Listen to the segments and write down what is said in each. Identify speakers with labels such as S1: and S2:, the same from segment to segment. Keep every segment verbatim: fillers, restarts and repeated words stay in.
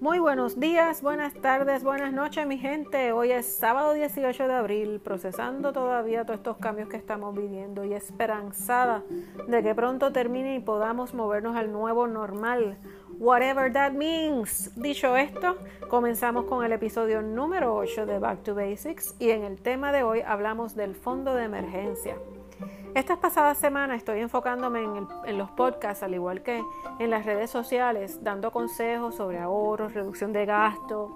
S1: Muy buenos días, buenas tardes, buenas noches, mi gente. Hoy es sábado dieciocho de abril, procesando todavía todos estos cambios que estamos viviendo y esperanzada de que pronto termine y podamos movernos al nuevo normal, whatever that means. Dicho esto, comenzamos con el episodio número ocho de Back to Basics y en el tema de hoy hablamos del fondo de emergencia. Estas pasadas semanas estoy enfocándome en, el, en los podcasts, al igual que en las redes sociales, dando consejos sobre ahorros, reducción de gasto,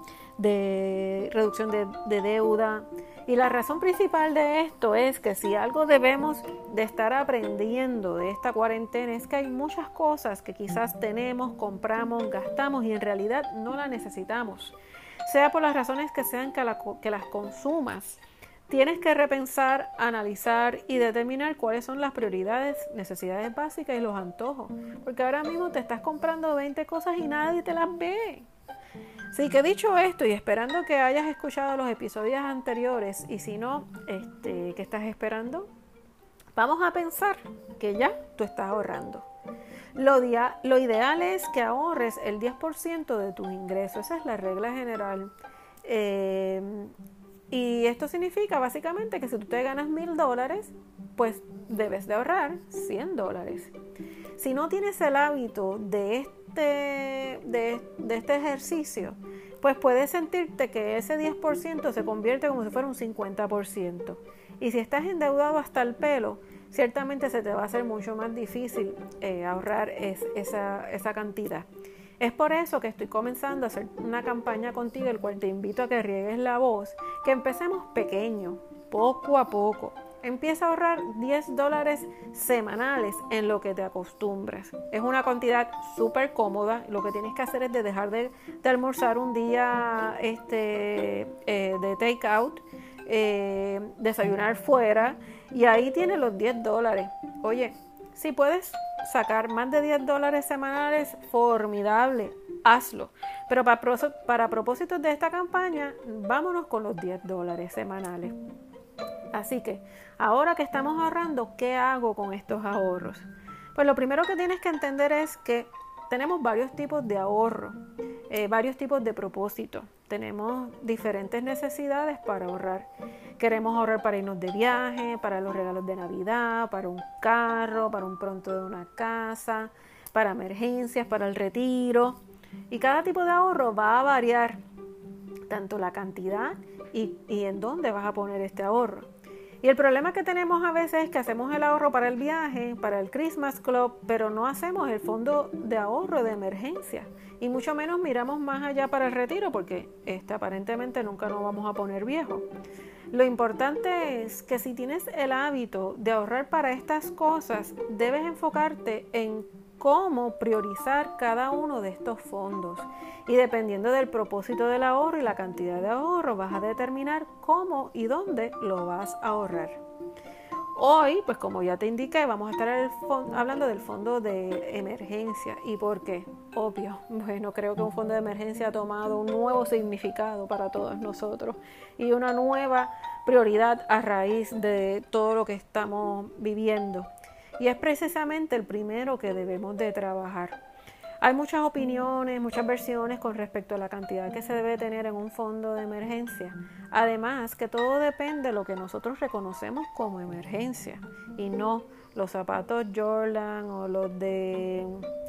S1: de reducción de, de deuda. Y la razón principal de esto es que si algo debemos de estar aprendiendo de esta cuarentena es que hay muchas cosas que quizás tenemos, compramos, gastamos y en realidad no las necesitamos. Sea por las razones que sean que, la, que las consumas. Tienes que repensar, analizar y determinar cuáles son las prioridades, necesidades básicas y los antojos. Porque ahora mismo te estás comprando veinte cosas y nadie te las ve. Así que dicho esto y esperando que hayas escuchado los episodios anteriores y si no, este, ¿qué estás esperando? Vamos a pensar que ya tú estás ahorrando. Lo, dia, lo ideal es que ahorres el diez por ciento de tus ingresos. Esa es la regla general. Eh, Y esto significa básicamente que si tú te ganas mil dólares, pues debes de ahorrar cien dólares. Si no tienes el hábito de este, de, de este ejercicio, pues puedes sentirte que ese diez por ciento se convierte como si fuera un cincuenta por ciento. Y si estás endeudado hasta el pelo, ciertamente se te va a hacer mucho más difícil eh, ahorrar es, esa, esa cantidad. Es por eso que estoy comenzando a hacer una campaña contigo, el cual te invito a que riegues la voz, que empecemos pequeño, poco a poco. Empieza a ahorrar diez dólares semanales en lo que te acostumbras. Es una cantidad súper cómoda. Lo que tienes que hacer es de dejar de, de almorzar un día este, eh, de take out, eh, desayunar fuera y ahí tienes los diez dólares. Oye, si puedes sacar más de diez dólares semanales, formidable, hazlo. Pero para, para propósitos de esta campaña, vámonos con los diez dólares semanales. Así que, ahora que estamos ahorrando, ¿qué hago con estos ahorros? Pues lo primero que tienes que entender es que tenemos varios tipos de ahorro, eh, varios tipos de propósito. Tenemos diferentes necesidades para ahorrar. Queremos ahorrar para irnos de viaje, para los regalos de Navidad, para un carro, para un pronto de una casa, para emergencias, para el retiro. Y cada tipo de ahorro va a variar tanto la cantidad y, y en dónde vas a poner este ahorro. Y el problema que tenemos a veces es que hacemos el ahorro para el viaje, para el Christmas Club, pero no hacemos el fondo de ahorro de emergencia. Y mucho menos miramos más allá para el retiro, porque este aparentemente nunca nos vamos a poner viejos. Lo importante es que si tienes el hábito de ahorrar para estas cosas, debes enfocarte en cómo priorizar cada uno de estos fondos. Y dependiendo del propósito del ahorro y la cantidad de ahorro, vas a determinar cómo y dónde lo vas a ahorrar. Hoy, pues como ya te indiqué, vamos a estar el fondo, hablando del fondo de emergencia. ¿Y por qué? Obvio. Bueno, creo que un fondo de emergencia ha tomado un nuevo significado para todos nosotros y una nueva prioridad a raíz de todo lo que estamos viviendo. Y es precisamente el primero que debemos de trabajar. Hay muchas opiniones, muchas versiones con respecto a la cantidad que se debe tener en un fondo de emergencia. Además, que todo depende de lo que nosotros reconocemos como emergencia y no los zapatos Jordan o los de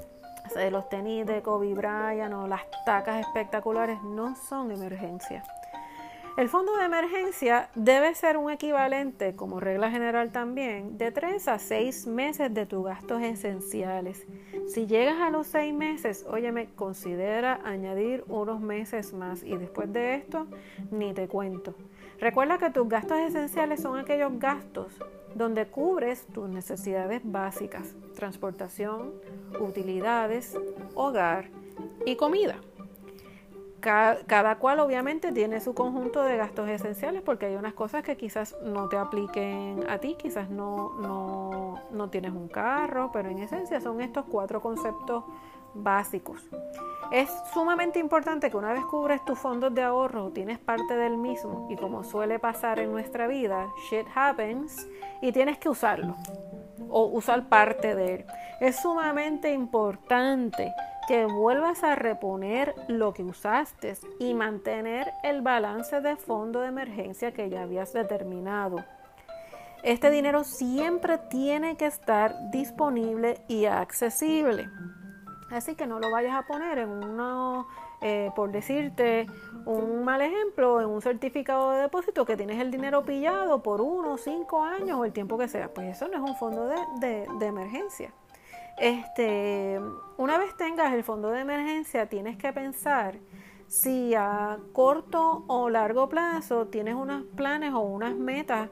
S1: los tenis de Kobe Bryant o las tacas espectaculares no son emergencia. El fondo de emergencia debe ser un equivalente, como regla general también, de tres a seis meses de tus gastos esenciales. Si llegas a los seis meses, óyeme, considera añadir unos meses más y después de esto, ni te cuento. Recuerda que tus gastos esenciales son aquellos gastos donde cubres tus necesidades básicas, transportación, utilidades, hogar y comida. Cada cual obviamente tiene su conjunto de gastos esenciales porque hay unas cosas que quizás no te apliquen a ti, quizás no, no, no tienes un carro, pero en esencia son estos cuatro conceptos básicos. Es sumamente importante que una vez cubres tus fondos de ahorro o tienes parte del mismo y como suele pasar en nuestra vida, shit happens y tienes que usarlo o usar parte de él. Es sumamente importante que vuelvas a reponer lo que usaste y mantener el balance de fondo de emergencia que ya habías determinado. Este dinero siempre tiene que estar disponible y accesible. Así que no lo vayas a poner en uno, eh, por decirte un mal ejemplo, en un certificado de depósito que tienes el dinero pillado por uno, cinco años o el tiempo que sea. Pues eso no es un fondo de, de, de emergencia. Este, una vez tengas el fondo de emergencia, tienes que pensar si a corto o largo plazo tienes unos planes o unas metas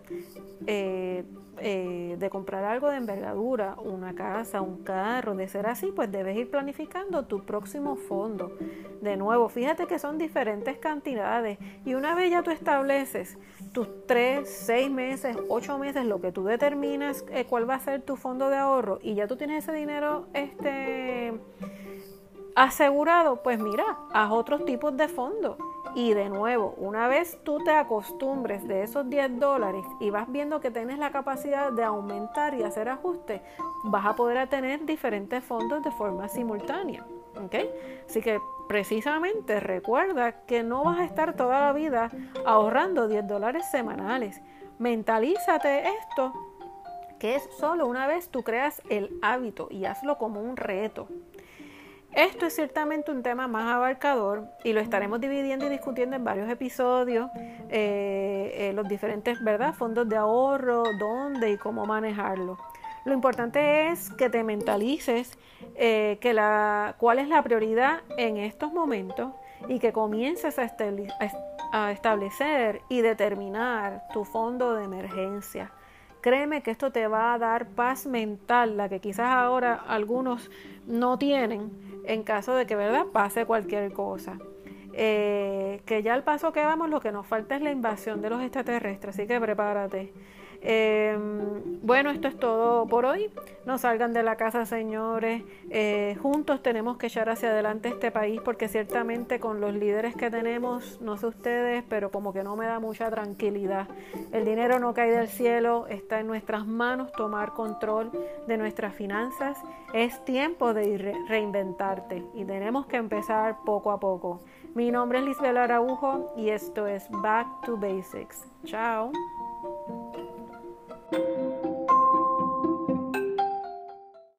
S1: eh, eh, de comprar algo de envergadura, una casa, un carro. De ser así, pues debes ir planificando tu próximo fondo. De nuevo, fíjate que son diferentes cantidades y una vez ya tú estableces tus tres, seis meses, ocho meses, lo que tú determinas eh, cuál va a ser tu fondo de ahorro y ya tú tienes ese dinero este asegurado, pues mira, haz otros tipos de fondos. Y de nuevo, una vez tú te acostumbres de esos diez dólares y vas viendo que tienes la capacidad de aumentar y hacer ajustes, vas a poder tener diferentes fondos de forma simultánea. ¿Okay? Así que precisamente recuerda que no vas a estar toda la vida ahorrando diez dólares semanales. Mentalízate esto, que es solo una vez tú creas el hábito y hazlo como un reto. Esto es ciertamente un tema más abarcador y lo estaremos dividiendo y discutiendo en varios episodios, eh, eh, los diferentes, ¿verdad?, fondos de ahorro, dónde y cómo manejarlo. Lo importante es que te mentalices eh, que la, cuál es la prioridad en estos momentos y que comiences a, establi- a establecer y determinar tu fondo de emergencia. Créeme que esto te va a dar paz mental, la que quizás ahora algunos no tienen, en caso de que, ¿verdad?, pase cualquier cosa. Eh, que ya al paso que vamos, lo que nos falta es la invasión de los extraterrestres, así que prepárate. Eh, bueno, esto es todo por hoy. No salgan de la casa, señores. Eh, juntos tenemos que echar hacia adelante este país, porque ciertamente con los líderes que tenemos, no sé ustedes, pero como que no me da mucha tranquilidad. El dinero no cae del cielo, está en nuestras manos tomar control de nuestras finanzas. Es tiempo de re- reinventarte y tenemos que empezar poco a poco. Mi nombre es Lisbeth Araujo y esto es Back to Basics. Chao.